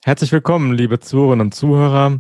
Herzlich willkommen, liebe Zuhörerinnen und Zuhörer.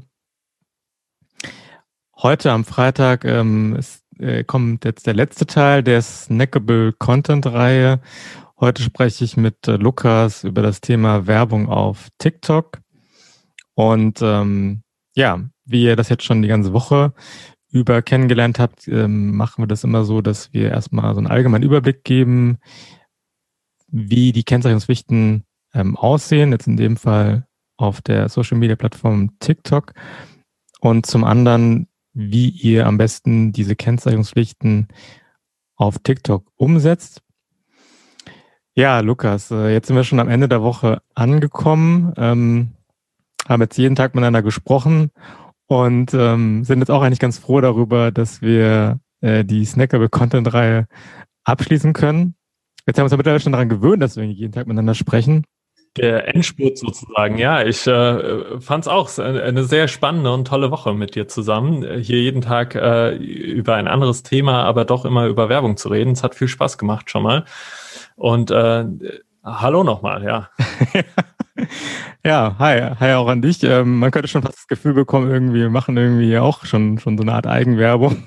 Heute am Freitag kommt jetzt der letzte Teil der Snackable Content-Reihe. Heute spreche ich mit Lukas über das Thema Werbung auf TikTok. Und wie ihr das jetzt schon die ganze Woche über kennengelernt habt, machen wir das immer so, dass wir erstmal so einen allgemeinen Überblick geben, wie die Kennzeichnungspflichten aussehen, jetzt in dem Fall auf der Social-Media-Plattform TikTok, und zum anderen, wie ihr am besten diese Kennzeichnungspflichten auf TikTok umsetzt. Ja, Lukas, jetzt sind wir schon am Ende der Woche angekommen, haben jetzt jeden Tag miteinander gesprochen und sind jetzt auch eigentlich ganz froh darüber, dass wir die Snackable Content-Reihe abschließen können. Jetzt haben wir uns ja mittlerweile schon daran gewöhnt, dass wir jeden Tag miteinander sprechen. Der Endspurt sozusagen, ja. Ich fand es auch eine sehr spannende und tolle Woche mit dir zusammen, hier jeden Tag über ein anderes Thema, aber doch immer über Werbung zu reden. Es hat viel Spaß gemacht schon mal. Und hallo nochmal, ja. Ja, hi auch an dich. Man könnte schon fast das Gefühl bekommen, wir machen irgendwie auch schon so eine Art Eigenwerbung.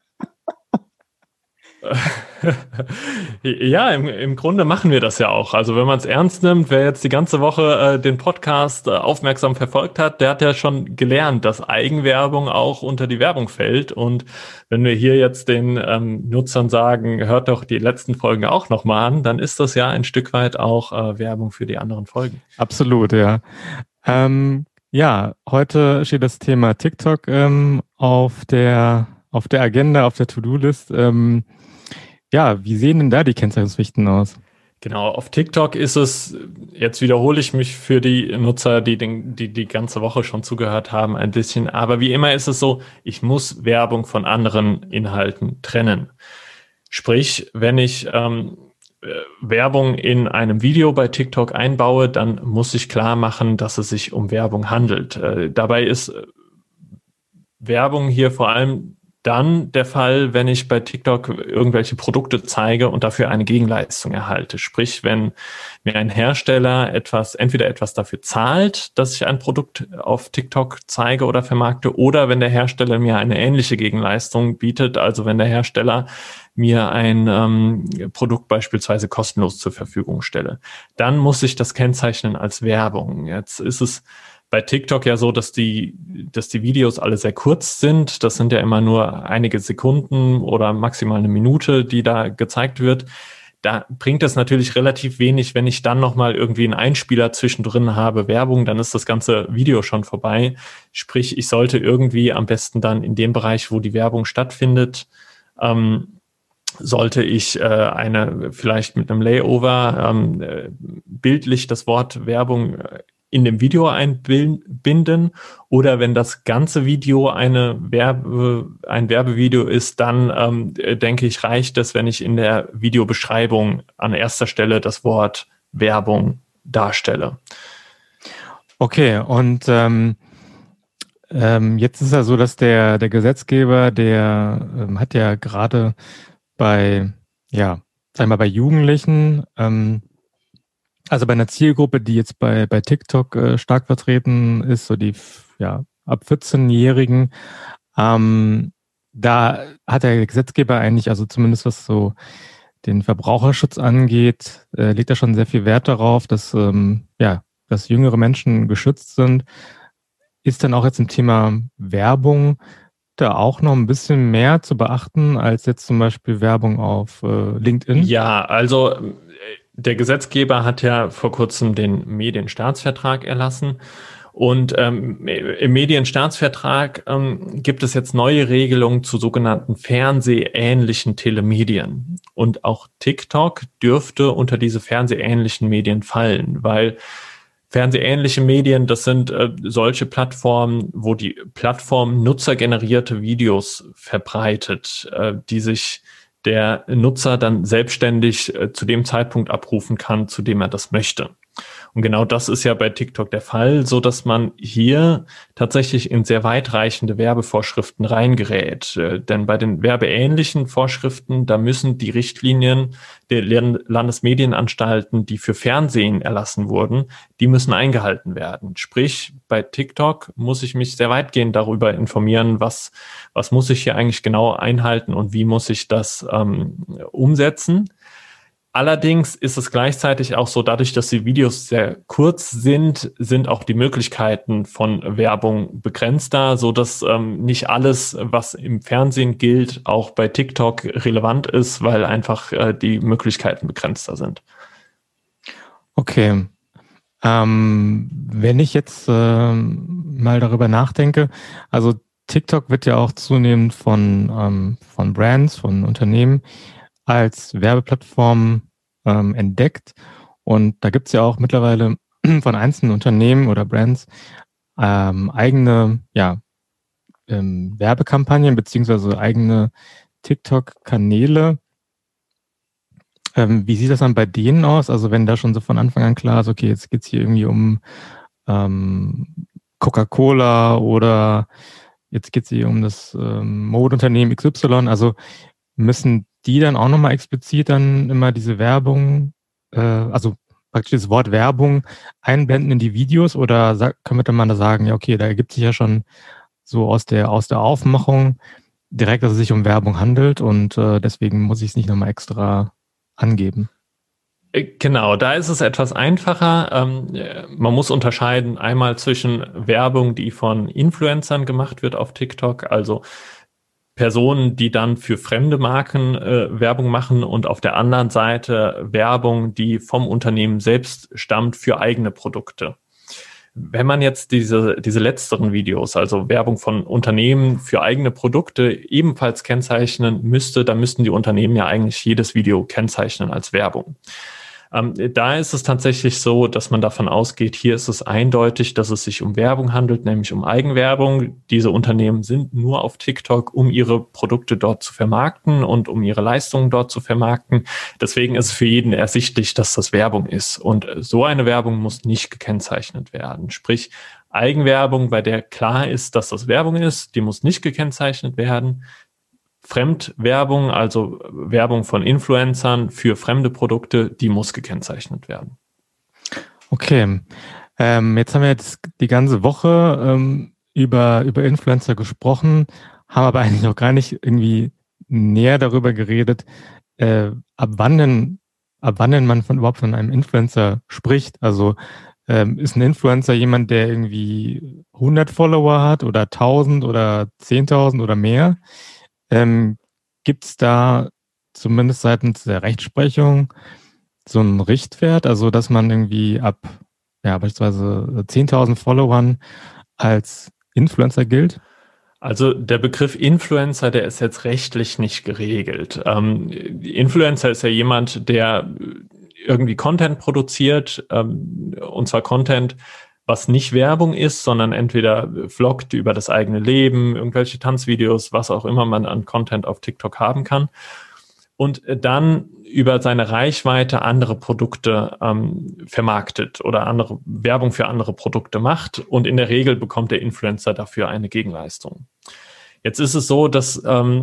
Ja, im Grunde machen wir das ja auch. Also wenn man es ernst nimmt, wer jetzt die ganze Woche den Podcast aufmerksam verfolgt hat, der hat ja schon gelernt, dass Eigenwerbung auch unter die Werbung fällt. Und wenn wir hier jetzt den Nutzern sagen, hört doch die letzten Folgen auch nochmal an, dann ist das ja ein Stück weit auch Werbung für die anderen Folgen. Absolut, ja. Heute steht das Thema TikTok auf der Agenda, auf der To-Do-List. Wie sehen denn da die Kennzeichnungspflichten aus? Genau, auf TikTok ist es, jetzt wiederhole ich mich für die Nutzer, die ganze Woche schon zugehört haben, ein bisschen. Aber wie immer ist es so, ich muss Werbung von anderen Inhalten trennen. Sprich, wenn ich Werbung in einem Video bei TikTok einbaue, dann muss ich klar machen, dass es sich um Werbung handelt. Dabei ist Werbung hier vor allem dann der Fall, wenn ich bei TikTok irgendwelche Produkte zeige und dafür eine Gegenleistung erhalte. Sprich, wenn mir ein Hersteller entweder etwas dafür zahlt, dass ich ein Produkt auf TikTok zeige oder vermarkte, oder wenn der Hersteller mir eine ähnliche Gegenleistung bietet, also wenn der Hersteller mir ein Produkt beispielsweise kostenlos zur Verfügung stelle, dann muss ich das kennzeichnen als Werbung. Jetzt ist es bei TikTok ja so, dass die Videos alle sehr kurz sind. Das sind ja immer nur einige Sekunden oder maximal eine Minute, die da gezeigt wird. Da bringt es natürlich relativ wenig, wenn ich dann nochmal irgendwie einen Einspieler zwischendrin habe, Werbung, dann ist das ganze Video schon vorbei. Sprich, ich sollte irgendwie am besten dann in dem Bereich, wo die Werbung stattfindet, sollte ich vielleicht mit einem Layover bildlich das Wort Werbung in dem Video einbinden, oder wenn das ganze Video ein Werbevideo ist, dann denke ich, reicht es, wenn ich in der Videobeschreibung an erster Stelle das Wort Werbung darstelle. Okay, und jetzt ist ja so, dass der Gesetzgeber, der hat ja gerade bei Jugendlichen, also bei einer Zielgruppe, die jetzt bei TikTok stark vertreten ist, so die ab 14-Jährigen, da hat der Gesetzgeber eigentlich, also zumindest was so den Verbraucherschutz angeht, legt er schon sehr viel Wert darauf, dass jüngere Menschen geschützt sind. Ist dann auch jetzt im Thema Werbung da auch noch ein bisschen mehr zu beachten als jetzt zum Beispiel Werbung auf LinkedIn? Ja, also der Gesetzgeber hat ja vor kurzem den Medienstaatsvertrag erlassen, und im Medienstaatsvertrag gibt es jetzt neue Regelungen zu sogenannten fernsehähnlichen Telemedien, und auch TikTok dürfte unter diese fernsehähnlichen Medien fallen, weil fernsehähnliche Medien, das sind solche Plattformen, wo die Plattform nutzergenerierte Videos verbreitet, die sich der Nutzer dann selbstständig zu dem Zeitpunkt abrufen kann, zu dem er das möchte. Und genau das ist ja bei TikTok der Fall, so dass man hier tatsächlich in sehr weitreichende Werbevorschriften reingerät. Denn bei den werbeähnlichen Vorschriften, da müssen die Richtlinien der Landesmedienanstalten, die für Fernsehen erlassen wurden, die müssen eingehalten werden. Sprich, bei TikTok muss ich mich sehr weitgehend darüber informieren, was muss ich hier eigentlich genau einhalten und wie muss ich das umsetzen. Allerdings ist es gleichzeitig auch so, dadurch, dass die Videos sehr kurz sind auch die Möglichkeiten von Werbung begrenzter, so dass nicht alles, was im Fernsehen gilt, auch bei TikTok relevant ist, weil einfach die Möglichkeiten begrenzter sind. Okay. Wenn ich jetzt mal darüber nachdenke, also TikTok wird ja auch zunehmend von Brands, von Unternehmen als Werbeplattform entdeckt. Und da gibt es ja auch mittlerweile von einzelnen Unternehmen oder Brands eigene Werbekampagnen beziehungsweise eigene TikTok-Kanäle. Wie sieht das dann bei denen aus? Also wenn da schon so von Anfang an klar ist, okay, jetzt geht es hier irgendwie um Coca-Cola oder jetzt geht es hier um das Modeunternehmen XY, also müssen die dann auch nochmal explizit dann immer diese Werbung, also praktisch das Wort Werbung einblenden in die Videos oder können wir dann mal da sagen, ja okay, da ergibt sich ja schon so aus der Aufmachung direkt, dass es sich um Werbung handelt und deswegen muss ich es nicht nochmal extra angeben. Genau, da ist es etwas einfacher. Man muss unterscheiden einmal zwischen Werbung, die von Influencern gemacht wird auf TikTok, also Personen, die dann für fremde Marken Werbung machen und auf der anderen Seite Werbung, die vom Unternehmen selbst stammt für eigene Produkte. Wenn man jetzt diese letzteren Videos, also Werbung von Unternehmen für eigene Produkte ebenfalls kennzeichnen müsste, dann müssten die Unternehmen ja eigentlich jedes Video kennzeichnen als Werbung. Da ist es tatsächlich so, dass man davon ausgeht, hier ist es eindeutig, dass es sich um Werbung handelt, nämlich um Eigenwerbung. Diese Unternehmen sind nur auf TikTok, um ihre Produkte dort zu vermarkten und um ihre Leistungen dort zu vermarkten. Deswegen ist es für jeden ersichtlich, dass das Werbung ist. Und so eine Werbung muss nicht gekennzeichnet werden. Sprich, Eigenwerbung, bei der klar ist, dass das Werbung ist, die muss nicht gekennzeichnet werden. Fremdwerbung, also Werbung von Influencern für fremde Produkte, die muss gekennzeichnet werden. Okay, jetzt haben wir jetzt die ganze Woche über Influencer gesprochen, haben aber eigentlich noch gar nicht irgendwie näher darüber geredet, ab wann denn man überhaupt von einem Influencer spricht. Also ist ein Influencer jemand, der irgendwie 100 Follower hat oder 1000 oder 10.000 oder mehr? Gibt es da zumindest seitens der Rechtsprechung so einen Richtwert, also dass man irgendwie ab beispielsweise 10.000 Followern als Influencer gilt? Also der Begriff Influencer, der ist jetzt rechtlich nicht geregelt. Influencer ist ja jemand, der irgendwie Content produziert, und zwar Content, was nicht Werbung ist, sondern entweder vloggt über das eigene Leben, irgendwelche Tanzvideos, was auch immer man an Content auf TikTok haben kann. Und dann über seine Reichweite andere Produkte vermarktet oder andere Werbung für andere Produkte macht. Und in der Regel bekommt der Influencer dafür eine Gegenleistung. Jetzt ist es so, dass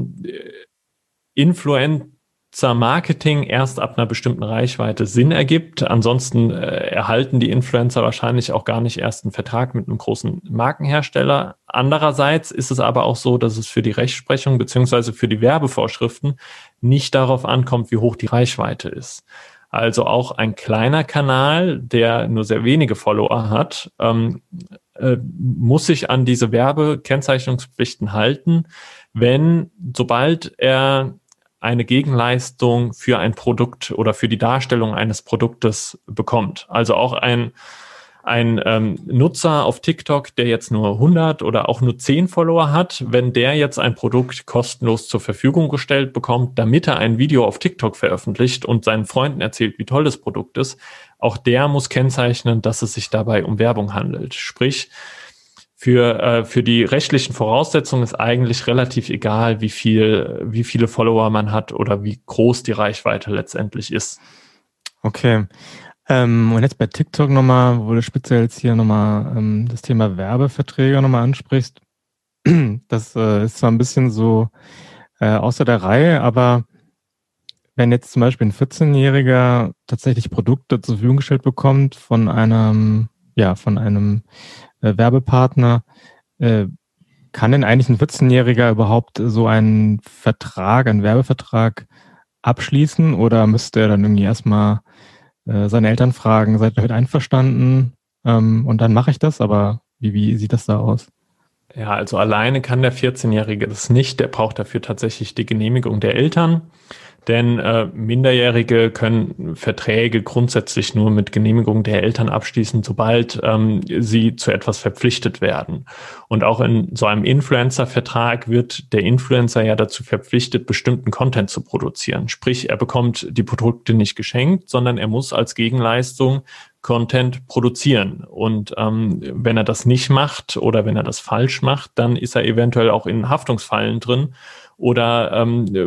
Influencer-Marketing erst ab einer bestimmten Reichweite Sinn ergibt. Ansonsten erhalten die Influencer wahrscheinlich auch gar nicht erst einen Vertrag mit einem großen Markenhersteller. Andererseits ist es aber auch so, dass es für die Rechtsprechung beziehungsweise für die Werbevorschriften nicht darauf ankommt, wie hoch die Reichweite ist. Also auch ein kleiner Kanal, der nur sehr wenige Follower hat, muss sich an diese Werbekennzeichnungspflichten halten, sobald er eine Gegenleistung für ein Produkt oder für die Darstellung eines Produktes bekommt. Also auch ein Nutzer auf TikTok, der jetzt nur 100 oder auch nur 10 Follower hat, wenn der jetzt ein Produkt kostenlos zur Verfügung gestellt bekommt, damit er ein Video auf TikTok veröffentlicht und seinen Freunden erzählt, wie toll das Produkt ist, auch der muss kennzeichnen, dass es sich dabei um Werbung handelt. Sprich, für die rechtlichen Voraussetzungen ist eigentlich relativ egal, wie viele Follower man hat oder wie groß die Reichweite letztendlich ist. Okay. Und jetzt bei TikTok nochmal, wo du speziell jetzt hier nochmal das Thema Werbeverträge nochmal ansprichst. Das ist zwar ein bisschen so außer der Reihe, aber wenn jetzt zum Beispiel ein 14-Jähriger tatsächlich Produkte zur Verfügung gestellt bekommt von einem Werbepartner, kann denn eigentlich ein 14-Jähriger überhaupt so einen Werbevertrag abschließen oder müsste er dann irgendwie erstmal seine Eltern fragen, seid ihr damit einverstanden? Und dann mache ich das, aber wie sieht das da aus? Ja, also alleine kann der 14-Jährige das nicht. Der braucht dafür tatsächlich die Genehmigung der Eltern. Denn Minderjährige können Verträge grundsätzlich nur mit Genehmigung der Eltern abschließen, sobald sie zu etwas verpflichtet werden. Und auch in so einem Influencer-Vertrag wird der Influencer ja dazu verpflichtet, bestimmten Content zu produzieren. Sprich, er bekommt die Produkte nicht geschenkt, sondern er muss als Gegenleistung Content produzieren. Und wenn er das nicht macht oder wenn er das falsch macht, dann ist er eventuell auch in Haftungsfallen drin oder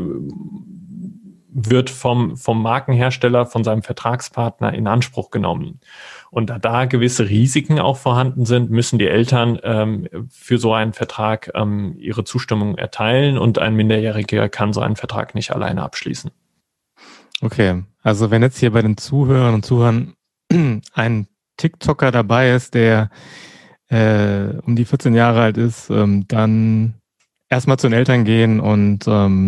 wird vom Markenhersteller, von seinem Vertragspartner in Anspruch genommen. Und da gewisse Risiken auch vorhanden sind, müssen die Eltern für so einen Vertrag ihre Zustimmung erteilen und ein Minderjähriger kann so einen Vertrag nicht alleine abschließen. Okay, also wenn jetzt hier bei den Zuhörern und Zuhörern ein TikToker dabei ist, der um die 14 Jahre alt ist, dann erstmal zu den Eltern gehen und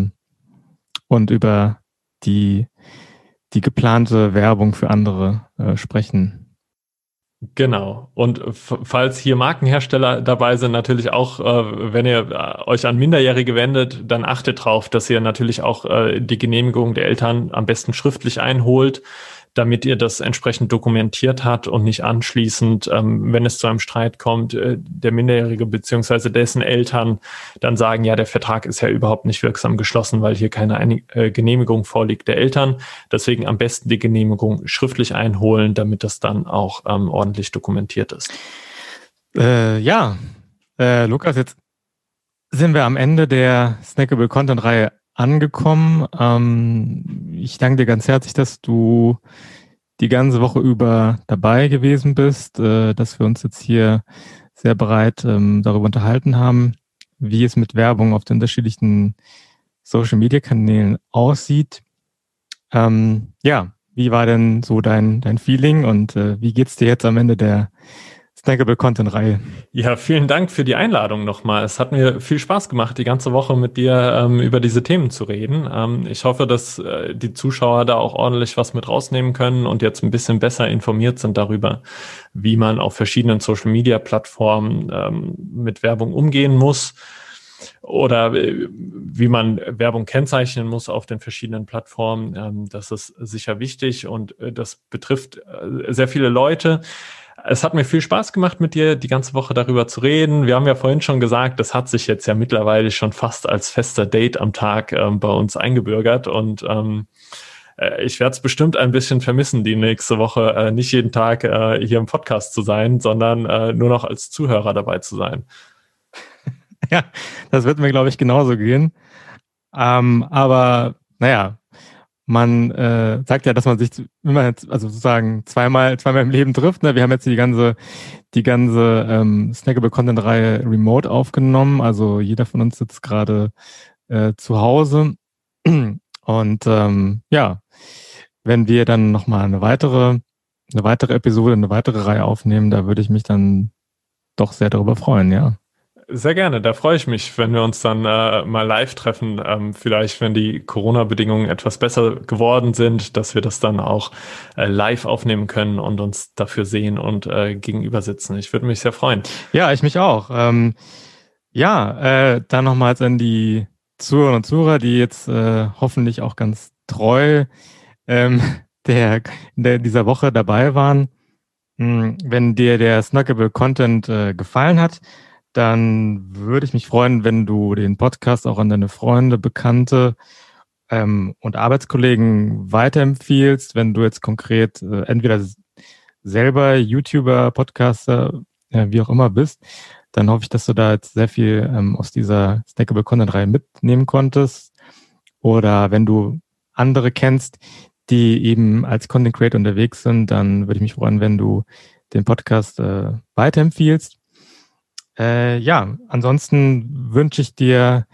über die geplante Werbung für andere sprechen. Genau. Und falls hier Markenhersteller dabei sind, natürlich auch, wenn ihr euch an Minderjährige wendet, dann achtet drauf, dass ihr natürlich auch die Genehmigung der Eltern am besten schriftlich einholt, damit ihr das entsprechend dokumentiert habt und nicht anschließend, wenn es zu einem Streit kommt, der Minderjährige bzw. dessen Eltern dann sagen, ja, der Vertrag ist ja überhaupt nicht wirksam geschlossen, weil hier keine Genehmigung vorliegt der Eltern. Deswegen am besten die Genehmigung schriftlich einholen, damit das dann auch ordentlich dokumentiert ist. Lukas, jetzt sind wir am Ende der Snackable Content-Reihe angekommen. Ich danke dir ganz herzlich, dass du die ganze Woche über dabei gewesen bist, dass wir uns jetzt hier sehr breit darüber unterhalten haben, wie es mit Werbung auf den unterschiedlichen Social-Media-Kanälen aussieht. Wie war denn so dein Feeling und wie geht's dir jetzt am Ende der Snackable Content-Reihe? Ja, vielen Dank für die Einladung nochmal. Es hat mir viel Spaß gemacht, die ganze Woche mit dir über diese Themen zu reden. Ich hoffe, dass die Zuschauer da auch ordentlich was mit rausnehmen können und jetzt ein bisschen besser informiert sind darüber, wie man auf verschiedenen Social-Media-Plattformen mit Werbung umgehen muss oder wie man Werbung kennzeichnen muss auf den verschiedenen Plattformen. Das ist sicher wichtig und das betrifft sehr viele Leute. Es hat mir viel Spaß gemacht, mit dir die ganze Woche darüber zu reden. Wir haben ja vorhin schon gesagt, das hat sich jetzt ja mittlerweile schon fast als fester Date am Tag bei uns eingebürgert. Und ich werde es bestimmt ein bisschen vermissen, die nächste Woche nicht jeden Tag hier im Podcast zu sein, sondern nur noch als Zuhörer dabei zu sein. Ja, das wird mir, glaube ich, genauso gehen. Aber naja, man sagt ja, dass man sich immer jetzt, also sozusagen zweimal im Leben trifft. Ne? Wir haben jetzt die ganze Snackable Content-Reihe remote aufgenommen. Also jeder von uns sitzt gerade zu Hause. Und wenn wir dann nochmal eine weitere Episode, eine weitere Reihe aufnehmen, da würde ich mich dann doch sehr darüber freuen, ja. Sehr gerne, da freue ich mich, wenn wir uns dann mal live treffen, vielleicht wenn die Corona-Bedingungen etwas besser geworden sind, dass wir das dann auch live aufnehmen können und uns dafür sehen und gegenüber sitzen. Ich würde mich sehr freuen. Ja, ich mich auch. Dann nochmals an die Zuhörer und Zuhörer, die jetzt hoffentlich auch ganz treu dieser Woche dabei waren. Wenn dir der Snackable Content gefallen hat, dann würde ich mich freuen, wenn du den Podcast auch an deine Freunde, Bekannte und Arbeitskollegen weiterempfiehlst. Wenn du jetzt konkret entweder selber YouTuber, Podcaster, wie auch immer bist, dann hoffe ich, dass du da jetzt sehr viel aus dieser Snackable Content-Reihe mitnehmen konntest. Oder wenn du andere kennst, die eben als Content Creator unterwegs sind, dann würde ich mich freuen, wenn du den Podcast weiterempfiehlst. Ansonsten wünsche ich dir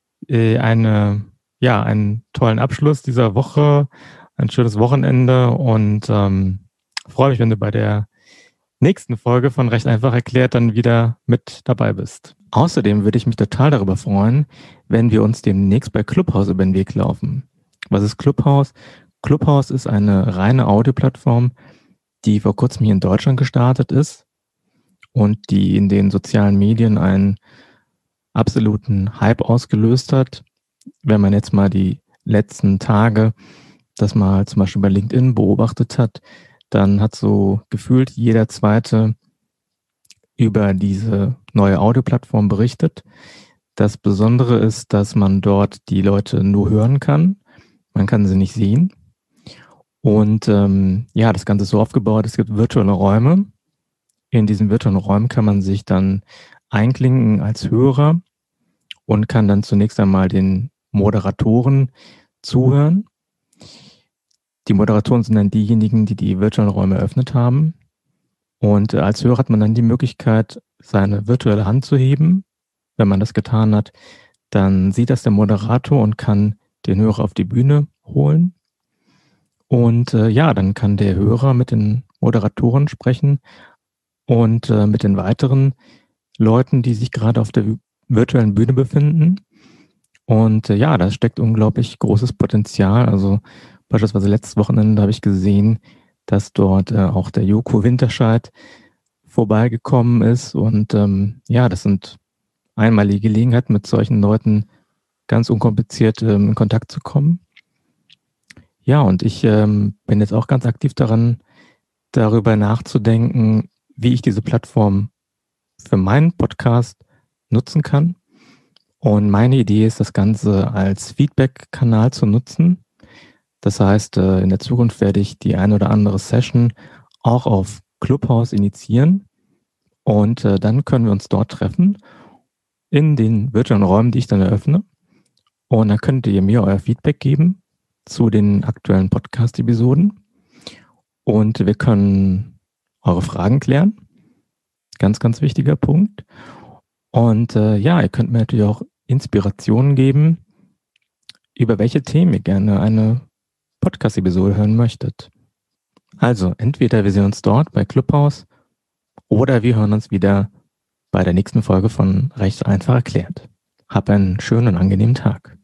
einen tollen Abschluss dieser Woche, ein schönes Wochenende und freue mich, wenn du bei der nächsten Folge von Recht einfach erklärt dann wieder mit dabei bist. Außerdem würde ich mich total darüber freuen, wenn wir uns demnächst bei Clubhouse über den Weg laufen. Was ist Clubhouse? Clubhouse ist eine reine Audioplattform, die vor kurzem hier in Deutschland gestartet ist und die in den sozialen Medien einen absoluten Hype ausgelöst hat. Wenn man jetzt mal die letzten Tage das mal zum Beispiel bei LinkedIn beobachtet hat, dann hat so gefühlt jeder Zweite über diese neue Audioplattform berichtet. Das Besondere ist, dass man dort die Leute nur hören kann. Man kann sie nicht sehen. Und das Ganze ist so aufgebaut, es gibt virtuelle Räume. In diesen virtuellen Räumen kann man sich dann einklinken als Hörer und kann dann zunächst einmal den Moderatoren zuhören. Die Moderatoren sind dann diejenigen, die die virtuellen Räume eröffnet haben. Und als Hörer hat man dann die Möglichkeit, seine virtuelle Hand zu heben. Wenn man das getan hat, dann sieht das der Moderator und kann den Hörer auf die Bühne holen. Und dann kann der Hörer mit den Moderatoren sprechen und mit den weiteren Leuten, die sich gerade auf der virtuellen Bühne befinden. Und da steckt unglaublich großes Potenzial. Also beispielsweise letztes Wochenende habe ich gesehen, dass dort auch der Joko Winterscheid vorbeigekommen ist. Und das sind einmalige Gelegenheiten, mit solchen Leuten ganz unkompliziert in Kontakt zu kommen. Ja, und ich bin jetzt auch ganz aktiv daran, darüber nachzudenken, wie ich diese Plattform für meinen Podcast nutzen kann. Und meine Idee ist, das Ganze als Feedback-Kanal zu nutzen. Das heißt, in der Zukunft werde ich die eine oder andere Session auch auf Clubhouse initiieren. Und dann können wir uns dort treffen in den virtuellen Räumen, die ich dann eröffne. Und dann könnt ihr mir euer Feedback geben zu den aktuellen Podcast-Episoden. Und wir können eure Fragen klären. Ganz, ganz wichtiger Punkt. Und ihr könnt mir natürlich auch Inspirationen geben, über welche Themen ihr gerne eine Podcast-Episode hören möchtet. Also, entweder wir sehen uns dort bei Clubhouse oder wir hören uns wieder bei der nächsten Folge von Recht einfach erklärt. Hab einen schönen und angenehmen Tag.